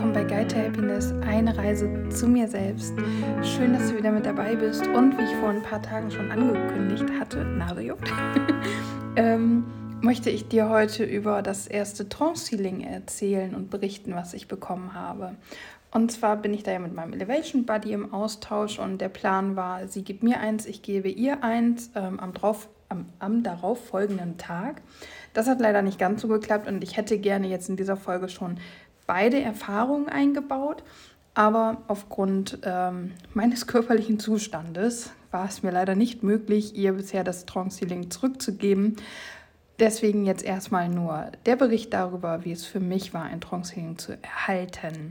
willkommen bei Guide to Happiness, eine Reise zu mir selbst. Schön, dass du wieder mit dabei bist und wie ich vor ein paar Tagen schon angekündigt hatte, Nase juckt, möchte ich dir heute über das erste Trance-Healing erzählen und berichten, was ich bekommen habe. Und zwar bin ich da ja mit meinem Elevation Buddy im Austausch und der Plan war, sie gibt mir eins, ich gebe ihr eins am darauf folgenden Tag. Das hat leider nicht ganz so geklappt und ich hätte gerne jetzt in dieser Folge schon beide Erfahrungen eingebaut, aber aufgrund meines körperlichen Zustandes war es mir leider nicht möglich, ihr bisher das Trance-Healing zurückzugeben. Deswegen jetzt erstmal nur der Bericht darüber, wie es für mich war, ein Trance-Healing zu erhalten.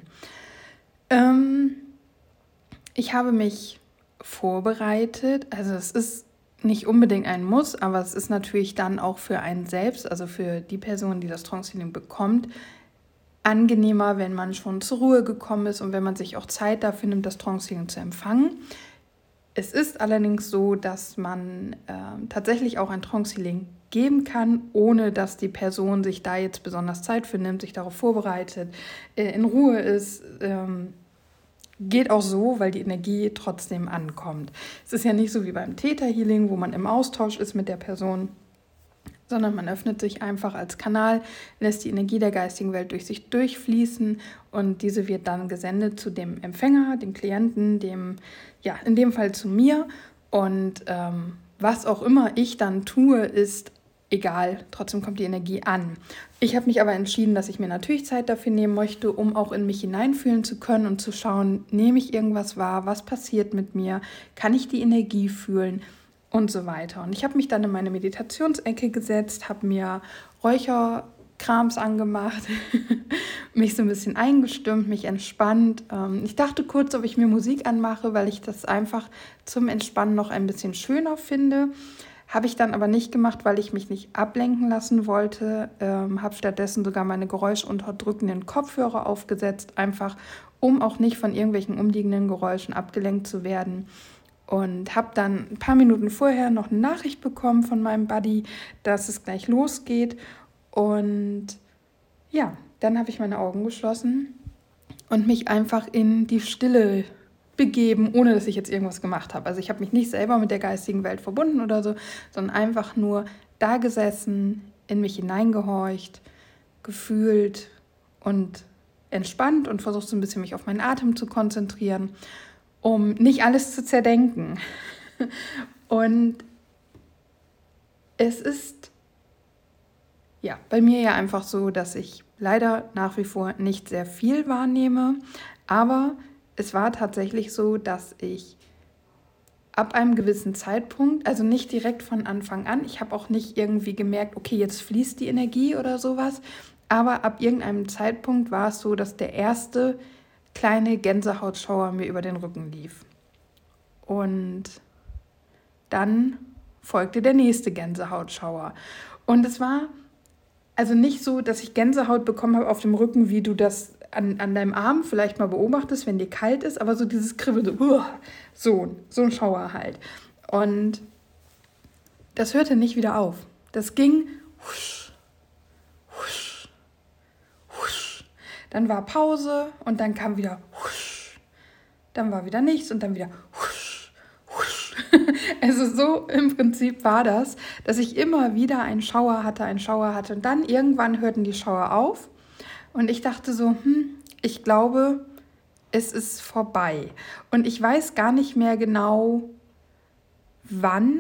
Ich habe mich vorbereitet, also es ist nicht unbedingt ein Muss, aber es ist natürlich dann auch für einen selbst, also für die Person, die das Trance-Healing bekommt, angenehmer, wenn man schon zur Ruhe gekommen ist und wenn man sich auch Zeit dafür nimmt, das Trance-Healing zu empfangen. Es ist allerdings so, dass man tatsächlich auch ein Trance-Healing geben kann, ohne dass die Person sich da jetzt besonders Zeit für nimmt, sich darauf vorbereitet, in Ruhe ist. Geht auch so, weil die Energie trotzdem ankommt. Es ist ja nicht so wie beim Theta-Healing, wo man im Austausch ist mit der Person, sondern man öffnet sich einfach als Kanal, lässt die Energie der geistigen Welt durch sich durchfließen und diese wird dann gesendet zu dem Empfänger, dem Klienten, in dem Fall zu mir. Und was auch immer ich dann tue, ist egal, trotzdem kommt die Energie an. Ich habe mich aber entschieden, dass ich mir natürlich Zeit dafür nehmen möchte, um auch in mich hineinfühlen zu können und zu schauen, nehme ich irgendwas wahr, was passiert mit mir, kann ich die Energie fühlen und so weiter. Und ich habe mich dann in meine Meditationsecke gesetzt, habe mir Räucherkrams angemacht, mich so ein bisschen eingestimmt, mich entspannt. Ich dachte kurz, ob ich mir Musik anmache, weil ich das einfach zum Entspannen noch ein bisschen schöner finde. Habe ich dann aber nicht gemacht, weil ich mich nicht ablenken lassen wollte. Habe stattdessen sogar meine geräuschunterdrückenden Kopfhörer aufgesetzt, einfach um auch nicht von irgendwelchen umliegenden Geräuschen abgelenkt zu werden. Und habe dann ein paar Minuten vorher noch eine Nachricht bekommen von meinem Buddy, dass es gleich losgeht. Und ja, dann habe ich meine Augen geschlossen und mich einfach in die Stille begeben, ohne dass ich jetzt irgendwas gemacht habe. Also ich habe mich nicht selber mit der geistigen Welt verbunden oder so, sondern einfach nur da gesessen, in mich hineingehorcht, gefühlt und entspannt und versucht so ein bisschen mich auf meinen Atem zu konzentrieren, um nicht alles zu zerdenken. Und es ist bei mir ja einfach so, dass ich leider nach wie vor nicht sehr viel wahrnehme, aber es war tatsächlich so, dass ich ab einem gewissen Zeitpunkt, also nicht direkt von Anfang an, ich habe auch nicht irgendwie gemerkt, okay, jetzt fließt die Energie oder sowas, aber ab irgendeinem Zeitpunkt war es so, dass der erste kleine Gänsehautschauer mir über den Rücken lief. Und dann folgte der nächste Gänsehautschauer. Und es war also nicht so, dass ich Gänsehaut bekommen habe auf dem Rücken, wie du das an deinem Arm vielleicht mal beobachtest, wenn dir kalt ist, aber so dieses Kribbeln, so ein Schauer halt. Und das hörte nicht wieder auf. Das ging husch, husch, husch. Dann war Pause und dann kam wieder husch. Dann war wieder nichts und dann wieder husch, husch. Also so im Prinzip war das, dass ich immer wieder einen Schauer hatte und dann irgendwann hörten die Schauer auf. Und ich dachte so, ich glaube, es ist vorbei. Und ich weiß gar nicht mehr genau, wann.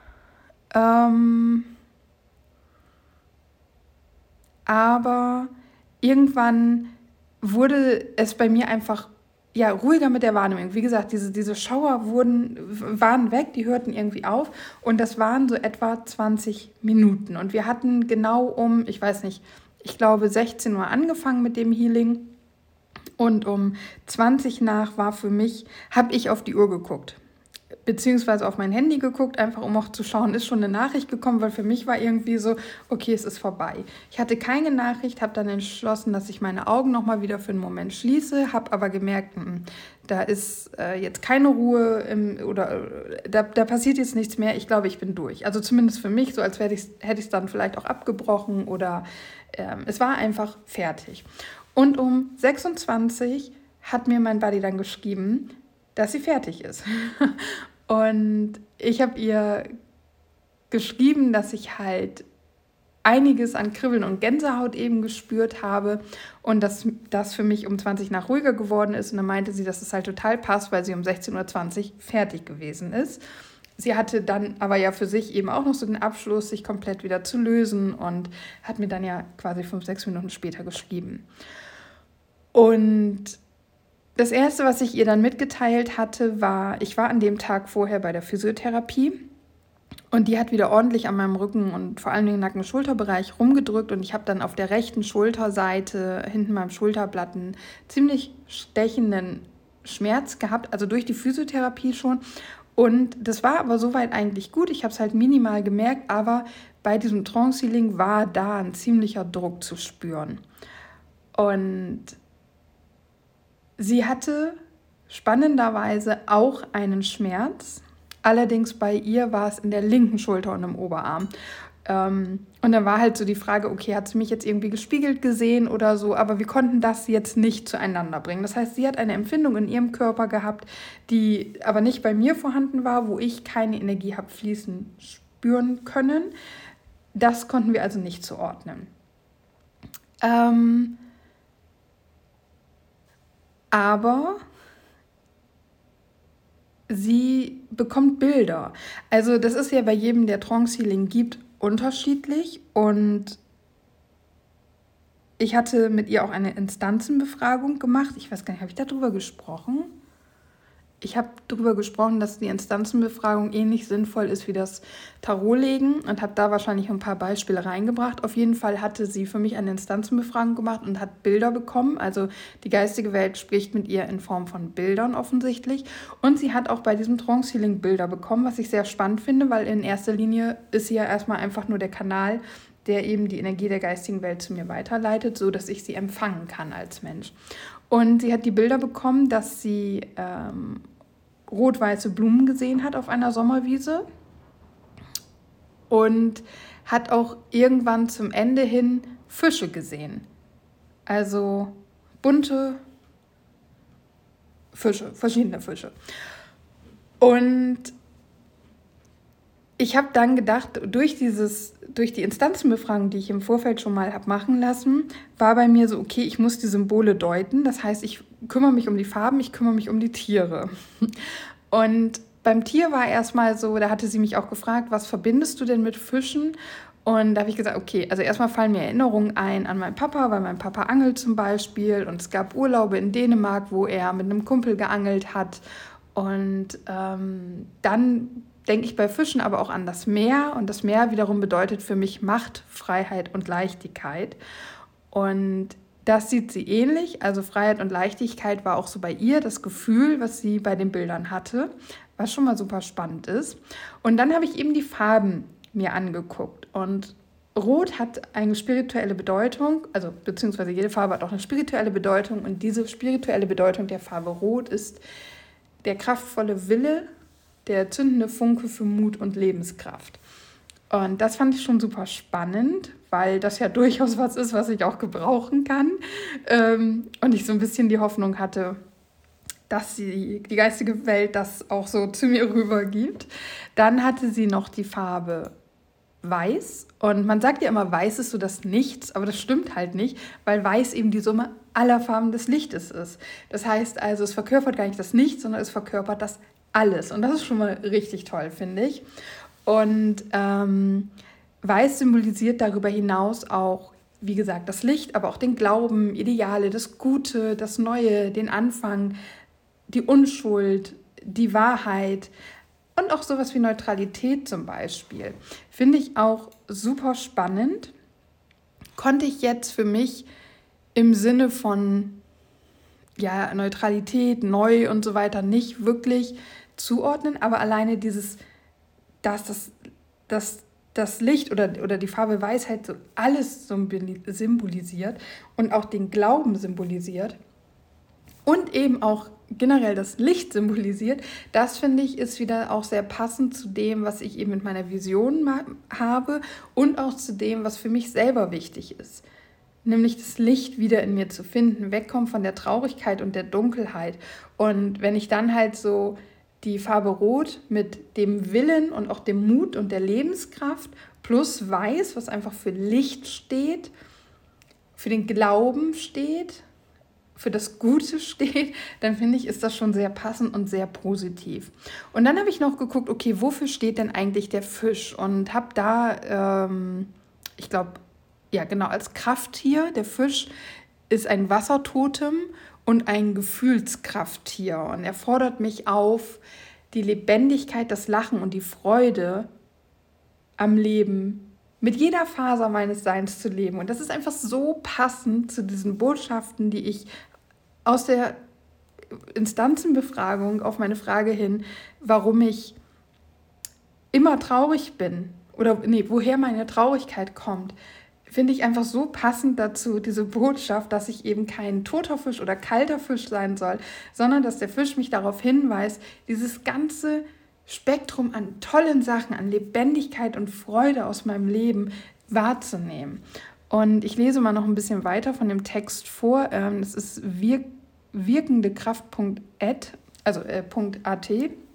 Aber irgendwann wurde es bei mir einfach ruhiger mit der Wahrnehmung. Wie gesagt, diese Schauer waren weg, die hörten irgendwie auf. Und das waren so etwa 20 Minuten. Und wir hatten genau um, ich glaube 16 Uhr angefangen mit dem Healing und um 20 nach war für mich, habe ich auf die Uhr geguckt. beziehungsweise auf mein Handy geguckt, einfach um auch zu schauen, ist schon eine Nachricht gekommen, weil für mich war irgendwie so, okay, es ist vorbei. Ich hatte keine Nachricht, habe dann entschlossen, dass ich meine Augen nochmal wieder für einen Moment schließe, habe aber gemerkt, da ist jetzt keine Ruhe da passiert jetzt nichts mehr, ich glaube, ich bin durch. Also zumindest für mich, so als hätte ich es dann vielleicht auch abgebrochen oder es war einfach fertig. Und um 26 hat mir mein Buddy dann geschrieben, dass sie fertig ist. Und ich habe ihr geschrieben, dass ich halt einiges an Kribbeln und Gänsehaut eben gespürt habe und dass das für mich um 20 nach ruhiger geworden ist. Und dann meinte sie, dass es halt total passt, weil sie um 16:20 Uhr fertig gewesen ist. Sie hatte dann aber ja für sich eben auch noch so den Abschluss, sich komplett wieder zu lösen und hat mir dann ja quasi 5-6 Minuten später geschrieben. Und das Erste, was ich ihr dann mitgeteilt hatte, war, ich war an dem Tag vorher bei der Physiotherapie und die hat wieder ordentlich an meinem Rücken und vor allem im Nacken-Schulterbereich rumgedrückt und ich habe dann auf der rechten Schulterseite, hinten beim Schulterblatt, einen ziemlich stechenden Schmerz gehabt, also durch die Physiotherapie schon. Und das war aber soweit eigentlich gut, ich habe es halt minimal gemerkt, aber bei diesem Trance-Healing war da ein ziemlicher Druck zu spüren. Und sie hatte spannenderweise auch einen Schmerz. Allerdings bei ihr war es in der linken Schulter und im Oberarm. Und dann war halt so die Frage, okay, hat sie mich jetzt irgendwie gespiegelt gesehen oder so, aber wir konnten das jetzt nicht zueinander bringen. Das heißt, sie hat eine Empfindung in ihrem Körper gehabt, die aber nicht bei mir vorhanden war, wo ich keine Energie habe fließen spüren können. Das konnten wir also nicht zuordnen. Aber sie bekommt Bilder. Also das ist ja bei jedem, der Trance-Healing gibt, unterschiedlich. Und ich hatte mit ihr auch eine Instanzenbefragung gemacht. Ich weiß gar nicht, habe ich darüber gesprochen? Ich habe darüber gesprochen, dass die Instanzenbefragung ähnlich sinnvoll ist wie das Tarotlegen und habe da wahrscheinlich ein paar Beispiele reingebracht. Auf jeden Fall hatte sie für mich eine Instanzenbefragung gemacht und hat Bilder bekommen. Also die geistige Welt spricht mit ihr in Form von Bildern offensichtlich. Und sie hat auch bei diesem Trance-Healing Bilder bekommen, was ich sehr spannend finde, weil in erster Linie ist sie ja erstmal einfach nur der Kanal, der eben die Energie der geistigen Welt zu mir weiterleitet, so dass ich sie empfangen kann als Mensch. Und sie hat die Bilder bekommen, dass sie rot-weiße Blumen gesehen hat auf einer Sommerwiese und hat auch irgendwann zum Ende hin Fische gesehen. Also bunte Fische, verschiedene Fische. Und ich habe dann gedacht, durch die Instanzenbefragung, die ich im Vorfeld schon mal habe machen lassen, war bei mir so, okay, ich muss die Symbole deuten. Das heißt, ich kümmere mich um die Farben, ich kümmere mich um die Tiere. Und beim Tier war erstmal so, da hatte sie mich auch gefragt, was verbindest du denn mit Fischen? Und da habe ich gesagt, okay, also erstmal fallen mir Erinnerungen ein an meinen Papa, weil mein Papa angelt zum Beispiel. Und es gab Urlaube in Dänemark, wo er mit einem Kumpel geangelt hat. Und dann denke ich bei Fischen aber auch an das Meer. Und das Meer wiederum bedeutet für mich Macht, Freiheit und Leichtigkeit. Und das sieht sie ähnlich. Also Freiheit und Leichtigkeit war auch so bei ihr das Gefühl, was sie bei den Bildern hatte, was schon mal super spannend ist. Und dann habe ich eben die Farben mir angeguckt. Und Rot hat eine spirituelle Bedeutung, also beziehungsweise jede Farbe hat auch eine spirituelle Bedeutung. Und diese spirituelle Bedeutung der Farbe Rot ist der kraftvolle Wille, der zündende Funke für Mut und Lebenskraft. Und das fand ich schon super spannend, weil das ja durchaus was ist, was ich auch gebrauchen kann. Und ich so ein bisschen die Hoffnung hatte, dass die geistige Welt das auch so zu mir rübergibt. Dann hatte sie noch die Farbe Weiß. Und man sagt ja immer, Weiß ist so das Nichts, aber das stimmt halt nicht, weil Weiß eben die Summe aller Farben des Lichtes ist. Das heißt also, es verkörpert gar nicht das Nichts, sondern es verkörpert das Alles. Und das ist schon mal richtig toll, finde ich. Und Weiß symbolisiert darüber hinaus auch, wie gesagt, das Licht, aber auch den Glauben, Ideale, das Gute, das Neue, den Anfang, die Unschuld, die Wahrheit und auch sowas wie Neutralität zum Beispiel. Finde ich auch super spannend. Konnte ich jetzt für mich im Sinne von Neutralität, neu und so weiter nicht wirklich zuordnen, aber alleine dass das Licht oder die Farbe Weiß halt so alles symbolisiert und auch den Glauben symbolisiert und eben auch generell das Licht symbolisiert, das finde ich ist wieder auch sehr passend zu dem, was ich eben mit meiner Vision habe und auch zu dem, was für mich selber wichtig ist. Nämlich das Licht wieder in mir zu finden, wegkommen von der Traurigkeit und der Dunkelheit. Und wenn ich dann halt so die Farbe Rot mit dem Willen und auch dem Mut und der Lebenskraft plus Weiß, was einfach für Licht steht, für den Glauben steht, für das Gute steht, dann finde ich, ist das schon sehr passend und sehr positiv. Und dann habe ich noch geguckt, okay, wofür steht denn eigentlich der Fisch? Und habe da, ich glaube, ja genau, als Krafttier, der Fisch ist ein Wassertotem und ein Gefühlskrafttier. Und er fordert mich auf, die Lebendigkeit, das Lachen und die Freude am Leben mit jeder Faser meines Seins zu leben. Und das ist einfach so passend zu diesen Botschaften, die ich aus der Instanzenbefragung auf meine Frage hin, warum ich immer traurig bin oder woher meine Traurigkeit kommt, finde ich einfach so passend dazu, diese Botschaft, dass ich eben kein toter Fisch oder kalter Fisch sein soll, sondern dass der Fisch mich darauf hinweist, dieses ganze Spektrum an tollen Sachen, an Lebendigkeit und Freude aus meinem Leben wahrzunehmen. Und ich lese mal noch ein bisschen weiter von dem Text vor. Das ist wirkendekraft.at, also .at.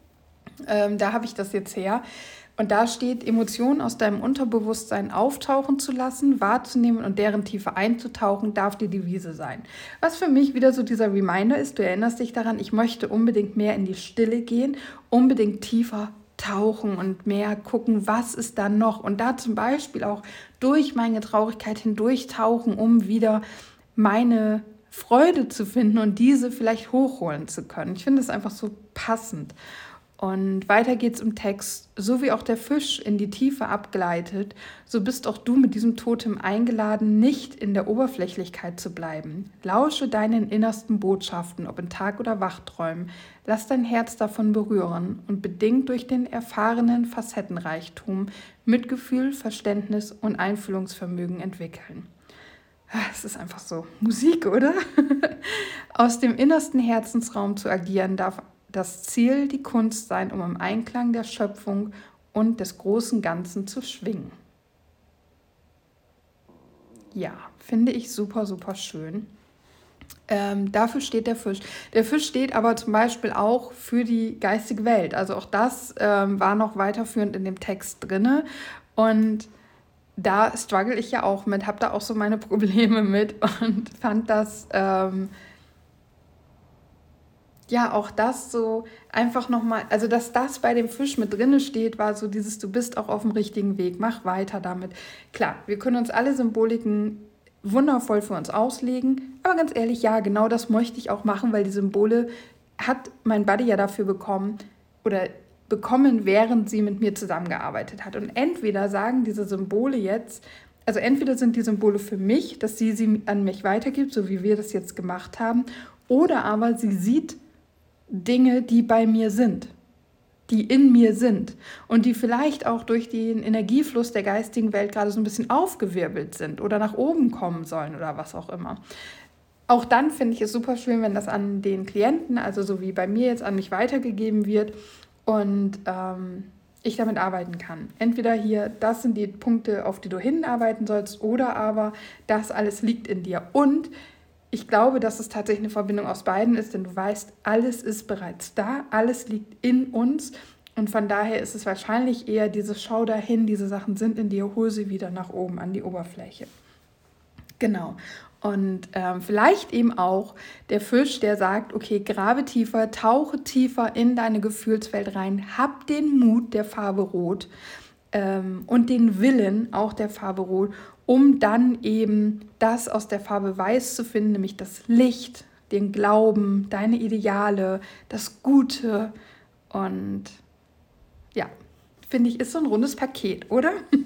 Da habe ich das jetzt her. Und da steht, Emotionen aus deinem Unterbewusstsein auftauchen zu lassen, wahrzunehmen und deren Tiefe einzutauchen, darf die Devise sein. Was für mich wieder so dieser Reminder ist, du erinnerst dich daran, ich möchte unbedingt mehr in die Stille gehen, unbedingt tiefer tauchen und mehr gucken, was ist da noch. Und da zum Beispiel auch durch meine Traurigkeit hindurch tauchen, um wieder meine Freude zu finden und diese vielleicht hochholen zu können. Ich finde es einfach so passend. Und weiter geht's im Text, so wie auch der Fisch in die Tiefe abgleitet, so bist auch du mit diesem Totem eingeladen, nicht in der Oberflächlichkeit zu bleiben. Lausche deinen innersten Botschaften, ob in Tag- oder Wachträumen. Lass dein Herz davon berühren und bedingt durch den erfahrenen Facettenreichtum Mitgefühl, Verständnis und Einfühlungsvermögen entwickeln. Es ist einfach so Musik, oder? Aus dem innersten Herzensraum zu agieren darf das Ziel die Kunst sein, um im Einklang der Schöpfung und des großen Ganzen zu schwingen. Ja, finde ich super, super schön. Dafür steht der Fisch. Der Fisch steht aber zum Beispiel auch für die geistige Welt. Also auch das war noch weiterführend in dem Text drin. Und da struggle ich ja auch mit, habe da auch so meine Probleme mit und fand das... ja, auch das so einfach nochmal, also dass das bei dem Fisch mit drinne steht, war so dieses, du bist auch auf dem richtigen Weg, mach weiter damit. Klar, wir können uns alle Symboliken wundervoll für uns auslegen, aber ganz ehrlich, ja, genau das möchte ich auch machen, weil die Symbole hat mein Buddy ja dafür bekommen, während sie mit mir zusammengearbeitet hat. Und entweder sagen diese Symbole jetzt, also entweder sind die Symbole für mich, dass sie an mich weitergibt, so wie wir das jetzt gemacht haben, oder aber sie sieht Dinge, die bei mir sind, die in mir sind und die vielleicht auch durch den Energiefluss der geistigen Welt gerade so ein bisschen aufgewirbelt sind oder nach oben kommen sollen oder was auch immer. Auch dann finde ich es super schön, wenn das an den Klienten, also so wie bei mir jetzt, an mich weitergegeben wird und ich damit arbeiten kann. Entweder hier, das sind die Punkte, auf die du hinarbeiten sollst, oder aber das alles liegt in dir. Und ich glaube, dass es tatsächlich eine Verbindung aus beiden ist, denn du weißt, alles ist bereits da, alles liegt in uns und von daher ist es wahrscheinlich eher dieses Schau dahin, diese Sachen sind in dir, hol sie wieder nach oben an die Oberfläche. Genau. Und vielleicht eben auch der Fisch, der sagt, okay, grabe tiefer, tauche tiefer in deine Gefühlswelt rein, hab den Mut der Farbe Rot und den Willen auch der Farbe Rot, um dann eben das aus der Farbe Weiß zu finden, nämlich das Licht, den Glauben, deine Ideale, das Gute. Und ja, finde ich, ist so ein rundes Paket, oder?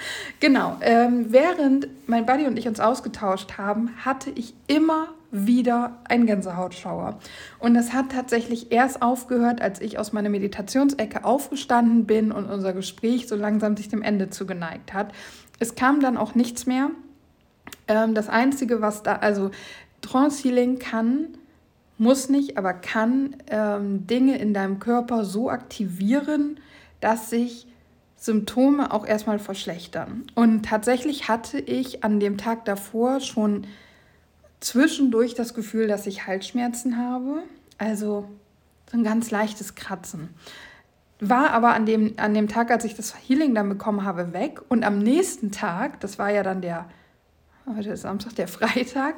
Genau, während mein Buddy und ich uns ausgetauscht haben, hatte ich immer wieder einen Gänsehautschauer. Und das hat tatsächlich erst aufgehört, als ich aus meiner Meditationsecke aufgestanden bin und unser Gespräch so langsam sich dem Ende zugeneigt hat. Es kam dann auch nichts mehr. Das Einzige, was da, also Trance Healing kann, muss nicht, aber kann Dinge in deinem Körper so aktivieren, dass sich Symptome auch erstmal verschlechtern. Und tatsächlich hatte ich an dem Tag davor schon zwischendurch das Gefühl, dass ich Halsschmerzen habe. Also so ein ganz leichtes Kratzen. War aber an dem Tag, als ich das Healing dann bekommen habe, weg. Und am nächsten Tag, das war ja dann heute ist Samstag, der Freitag,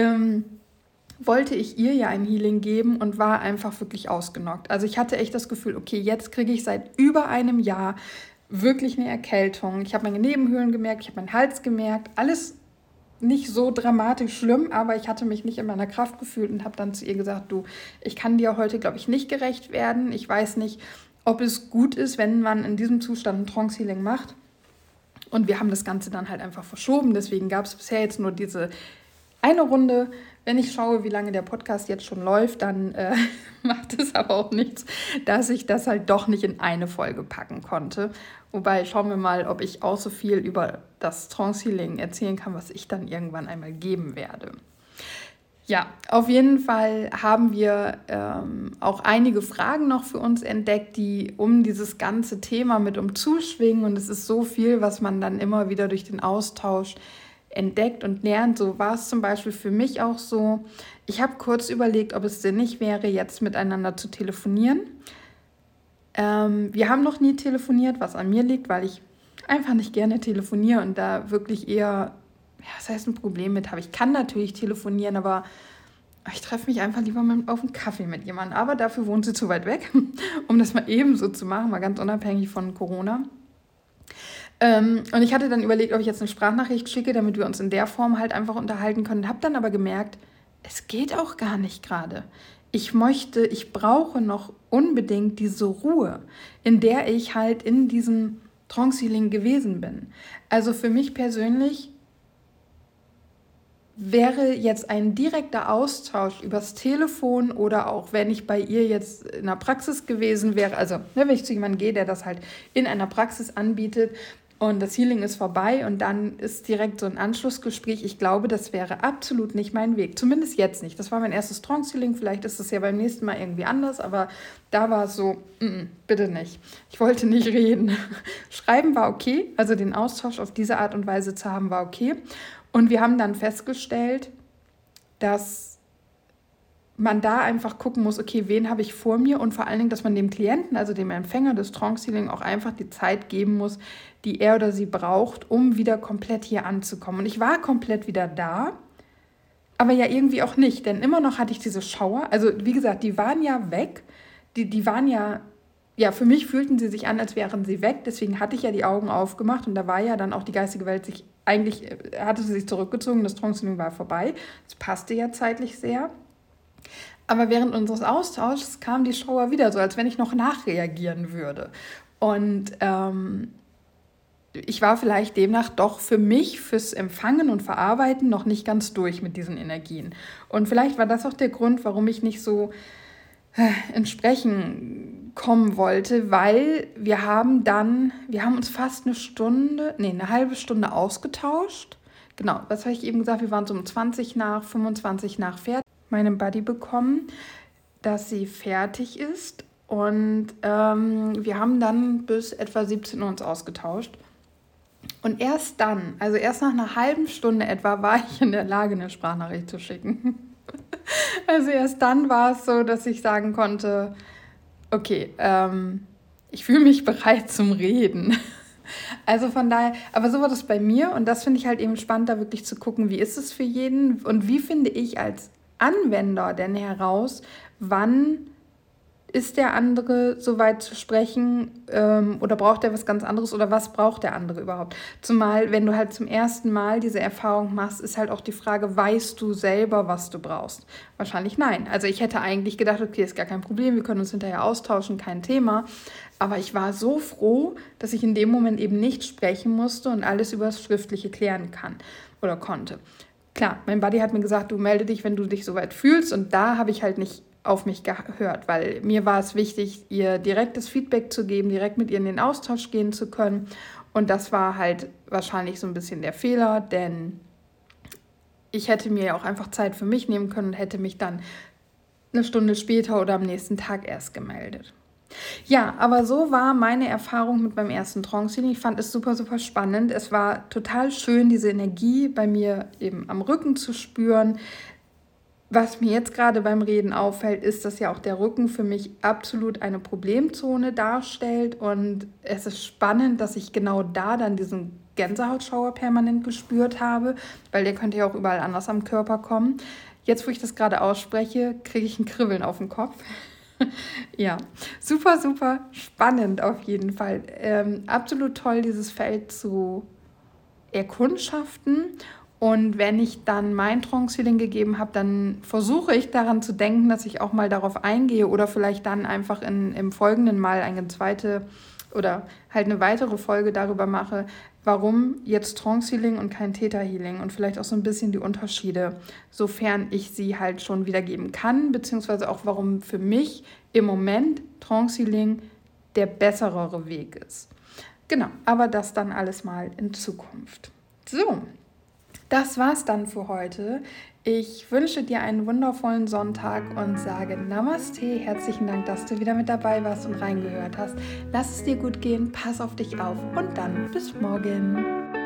wollte ich ihr ja ein Healing geben und war einfach wirklich ausgenockt. Also ich hatte echt das Gefühl, okay, jetzt kriege ich seit über einem Jahr wirklich eine Erkältung. Ich habe meine Nebenhöhlen gemerkt, ich habe meinen Hals gemerkt. Alles nicht so dramatisch schlimm, aber ich hatte mich nicht in meiner Kraft gefühlt und habe dann zu ihr gesagt, du, ich kann dir heute, glaube ich, nicht gerecht werden. Ich weiß nicht, ob es gut ist, wenn man in diesem Zustand ein Trance Healing macht. Und wir haben das Ganze dann halt einfach verschoben. Deswegen gab es bisher jetzt nur diese eine Runde. Wenn ich schaue, wie lange der Podcast jetzt schon läuft, dann macht es aber auch nichts, dass ich das halt doch nicht in eine Folge packen konnte. Wobei, schauen wir mal, ob ich auch so viel über das Trance Healing erzählen kann, was ich dann irgendwann einmal geben werde. Ja, auf jeden Fall haben wir auch einige Fragen noch für uns entdeckt, die um dieses ganze Thema mit umzuschwingen. Und es ist so viel, was man dann immer wieder durch den Austausch entdeckt und lernt. So war es zum Beispiel für mich auch so. Ich habe kurz überlegt, ob es sinnig wäre, jetzt miteinander zu telefonieren. Wir haben noch nie telefoniert, was an mir liegt, weil ich einfach nicht gerne telefoniere und da wirklich eher, ja, was heißt ein Problem mit habe. Ich kann natürlich telefonieren, aber ich treffe mich einfach lieber mal auf einen Kaffee mit jemandem. Aber dafür wohnt sie zu weit weg, um das mal eben so zu machen, mal ganz unabhängig von Corona. Und ich hatte dann überlegt, ob ich jetzt eine Sprachnachricht schicke, damit wir uns in der Form halt einfach unterhalten können. Habe dann aber gemerkt, es geht auch gar nicht gerade. Ich brauche noch unbedingt diese Ruhe, in der ich halt in diesem Trance Healing gewesen bin. Also für mich persönlich wäre jetzt ein direkter Austausch übers Telefon oder auch wenn ich bei ihr jetzt in der Praxis gewesen wäre, also wenn ich zu jemandem gehe, der das halt in einer Praxis anbietet und das Healing ist vorbei und dann ist direkt so ein Anschlussgespräch. Ich glaube, das wäre absolut nicht mein Weg. Zumindest jetzt nicht. Das war mein erstes Trance Healing. Vielleicht ist es ja beim nächsten Mal irgendwie anders, aber da war es so, bitte nicht. Ich wollte nicht reden. Schreiben war okay, also den Austausch auf diese Art und Weise zu haben, war okay. Und wir haben dann festgestellt, dass man da einfach gucken muss, okay, wen habe ich vor mir und vor allen Dingen, dass man dem Klienten, also dem Empfänger des Trance Healing, auch einfach die Zeit geben muss, die er oder sie braucht, um wieder komplett hier anzukommen. Und ich war komplett wieder da, aber ja irgendwie auch nicht, denn immer noch hatte ich diese Schauer. Also wie gesagt, die waren ja weg, die waren ja, für mich fühlten sie sich an, als wären sie weg, deswegen hatte ich ja die Augen aufgemacht und da war ja dann auch die geistige Welt hatte sie sich zurückgezogen, das Trance Healing war vorbei, das passte ja zeitlich sehr. Aber während unseres Austauschs kam die Schauer wieder, so als wenn ich noch nachreagieren würde. Und ich war vielleicht demnach doch für mich, fürs Empfangen und Verarbeiten noch nicht ganz durch mit diesen Energien. Und vielleicht war das auch der Grund, warum ich nicht so ins Sprechen kommen wollte, weil wir haben uns fast eine halbe Stunde ausgetauscht. Genau, was habe ich eben gesagt, wir waren so um 25 nach fertig. Meinem Buddy bekommen, dass sie fertig ist und wir haben dann bis etwa 17 Uhr uns ausgetauscht und erst nach einer halben Stunde etwa war ich in der Lage, eine Sprachnachricht zu schicken. Also erst dann war es so, dass ich sagen konnte, okay, ich fühle mich bereit zum Reden. Also von daher, aber so war das bei mir und das finde ich halt eben spannend, da wirklich zu gucken, wie ist es für jeden und wie finde ich als Anwender denn heraus, wann ist der andere soweit zu sprechen oder braucht er was ganz anderes oder was braucht der andere überhaupt? Zumal, wenn du halt zum ersten Mal diese Erfahrung machst, ist halt auch die Frage, weißt du selber, was du brauchst? Wahrscheinlich nein. Also ich hätte eigentlich gedacht, okay, ist gar kein Problem, wir können uns hinterher austauschen, kein Thema. Aber ich war so froh, dass ich in dem Moment eben nicht sprechen musste und alles über das Schriftliche klären kann oder konnte. Klar, mein Buddy hat mir gesagt, du melde dich, wenn du dich soweit fühlst, und da habe ich halt nicht auf mich gehört, weil mir war es wichtig, ihr direktes Feedback zu geben, direkt mit ihr in den Austausch gehen zu können, und das war halt wahrscheinlich so ein bisschen der Fehler, denn ich hätte mir ja auch einfach Zeit für mich nehmen können und hätte mich dann eine Stunde später oder am nächsten Tag erst gemeldet. Ja, aber so war meine Erfahrung mit meinem ersten Trance-Healing. Ich fand es super, super spannend. Es war total schön, diese Energie bei mir eben am Rücken zu spüren. Was mir jetzt gerade beim Reden auffällt, ist, dass ja auch der Rücken für mich absolut eine Problemzone darstellt. Und es ist spannend, dass ich genau da dann diesen Gänsehautschauer permanent gespürt habe, weil der könnte ja auch überall anders am Körper kommen. Jetzt, wo ich das gerade ausspreche, kriege ich ein Kribbeln auf dem Kopf. Ja, super, super spannend auf jeden Fall. Absolut toll, dieses Feld zu erkundschaften. Und wenn ich dann mein Trance-Healing gegeben habe, dann versuche ich daran zu denken, dass ich auch mal darauf eingehe oder vielleicht dann einfach im folgenden Mal eine zweite oder halt eine weitere Folge darüber mache, warum jetzt Trance-Healing und kein Theta-Healing und vielleicht auch so ein bisschen die Unterschiede, sofern ich sie halt schon wiedergeben kann, beziehungsweise auch warum für mich im Moment Trance-Healing der bessere Weg ist. Genau, aber das dann alles mal in Zukunft. So, das war's dann für heute. Ich wünsche dir einen wundervollen Sonntag und sage Namaste. Herzlichen Dank, dass du wieder mit dabei warst und reingehört hast. Lass es dir gut gehen, pass auf dich auf und dann bis morgen.